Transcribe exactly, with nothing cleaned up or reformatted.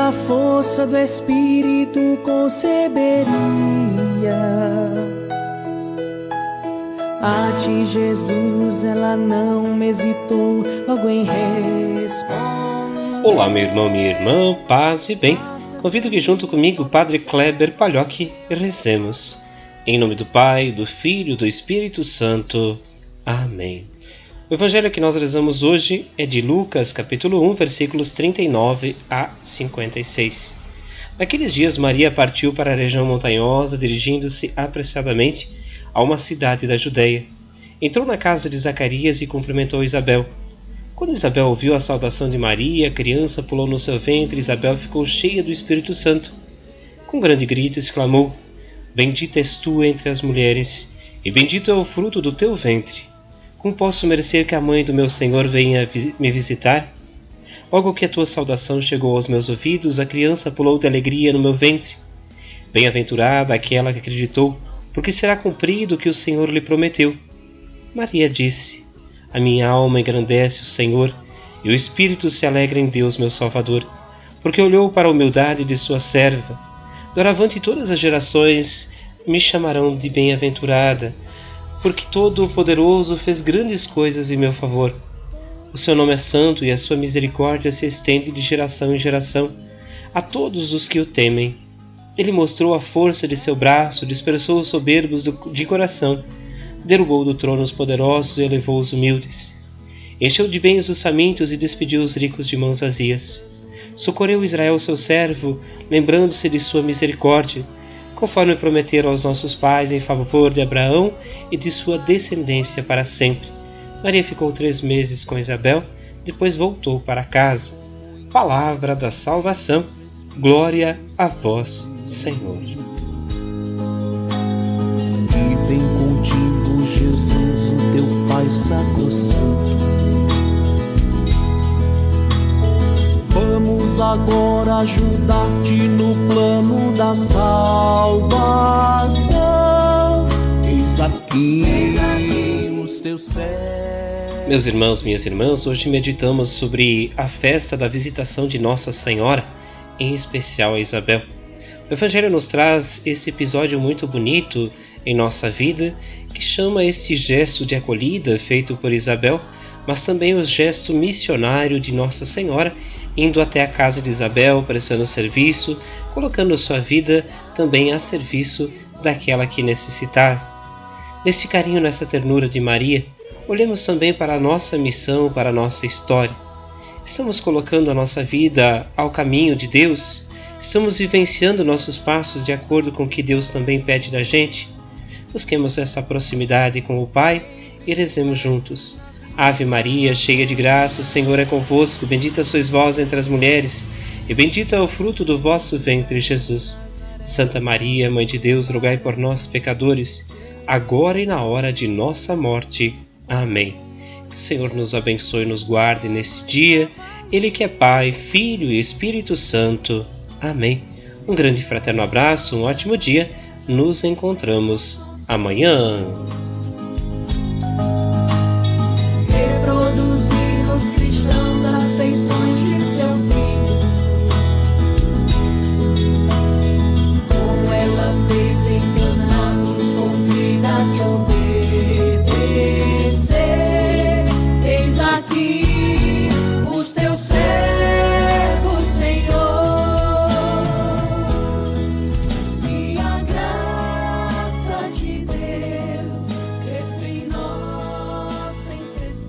pela força do Espírito conceberia. A ti, Jesus, ela não hesitou, logo em responder. Olá, meu irmão, minha irmã, paz e bem. Convido que junto comigo o Padre Kleber Palhoque recemos. Em nome do Pai, do Filho e do Espírito Santo. Amém. O evangelho que nós rezamos hoje é de Lucas, capítulo um, versículos trinta e nove a cinquenta e seis. Naqueles dias, Maria partiu para a região montanhosa, dirigindo-se apressadamente a uma cidade da Judeia. Entrou na casa de Zacarias e cumprimentou Isabel. Quando Isabel ouviu a saudação de Maria, a criança pulou no seu ventre e Isabel ficou cheia do Espírito Santo. Com grande grito exclamou: Bendita és tu entre as mulheres, e bendito é o fruto do teu ventre. Como posso merecer que a mãe do meu Senhor venha me visitar? Logo que a tua saudação chegou aos meus ouvidos, a criança pulou de alegria no meu ventre. Bem-aventurada aquela que acreditou, porque será cumprido o que o Senhor lhe prometeu. Maria disse: A minha alma engrandece o Senhor, e o Espírito se alegra em Deus, meu Salvador, porque olhou para a humildade de sua serva. Doravante todas as gerações me chamarão de bem-aventurada, porque Todo-Poderoso fez grandes coisas em meu favor. O seu nome é santo e a sua misericórdia se estende de geração em geração a todos os que o temem. Ele mostrou a força de seu braço, dispersou os soberbos de coração, derrubou do trono os poderosos e elevou os humildes. Encheu de bens os famintos e despediu os ricos de mãos vazias. Socorreu Israel, seu servo, lembrando-se de sua misericórdia, conforme prometeram aos nossos pais em favor de Abraão e de sua descendência para sempre. Maria ficou três meses com Isabel, depois voltou para casa. Palavra da salvação. Glória a vós, Senhor. E vem contigo, Jesus, o teu Pai sacrosanto. Vamos agora ajudar-te no plano da salvação. Eis aqui, Eis aqui os teus céus. Meus irmãos, minhas irmãs, hoje meditamos sobre a festa da visitação de Nossa Senhora, em especial a Isabel. O Evangelho nos traz esse episódio muito bonito em nossa vida, que chama este gesto de acolhida feito por Isabel, mas também o gesto missionário de Nossa Senhora, indo até a casa de Isabel, prestando serviço, colocando sua vida também a serviço daquela que necessitar. Nesse carinho, nessa ternura de Maria, olhemos também para a nossa missão, para a nossa história. Estamos colocando a nossa vida ao caminho de Deus? Estamos vivenciando nossos passos de acordo com o que Deus também pede da gente? Busquemos essa proximidade com o Pai e rezemos juntos. Ave Maria, cheia de graça, o Senhor é convosco, bendita sois vós entre as mulheres, e bendito é o fruto do vosso ventre, Jesus. Santa Maria, Mãe de Deus, rogai por nós, pecadores, agora e na hora de nossa morte. Amém. Que o Senhor nos abençoe e nos guarde nesse dia, Ele que é Pai, Filho e Espírito Santo. Amém. Um grande e fraterno abraço, um ótimo dia, nos encontramos amanhã. Reproduzir nos cristãos as feições de seu filho, como ela fez enganados, convida a te obedecer. Eis aqui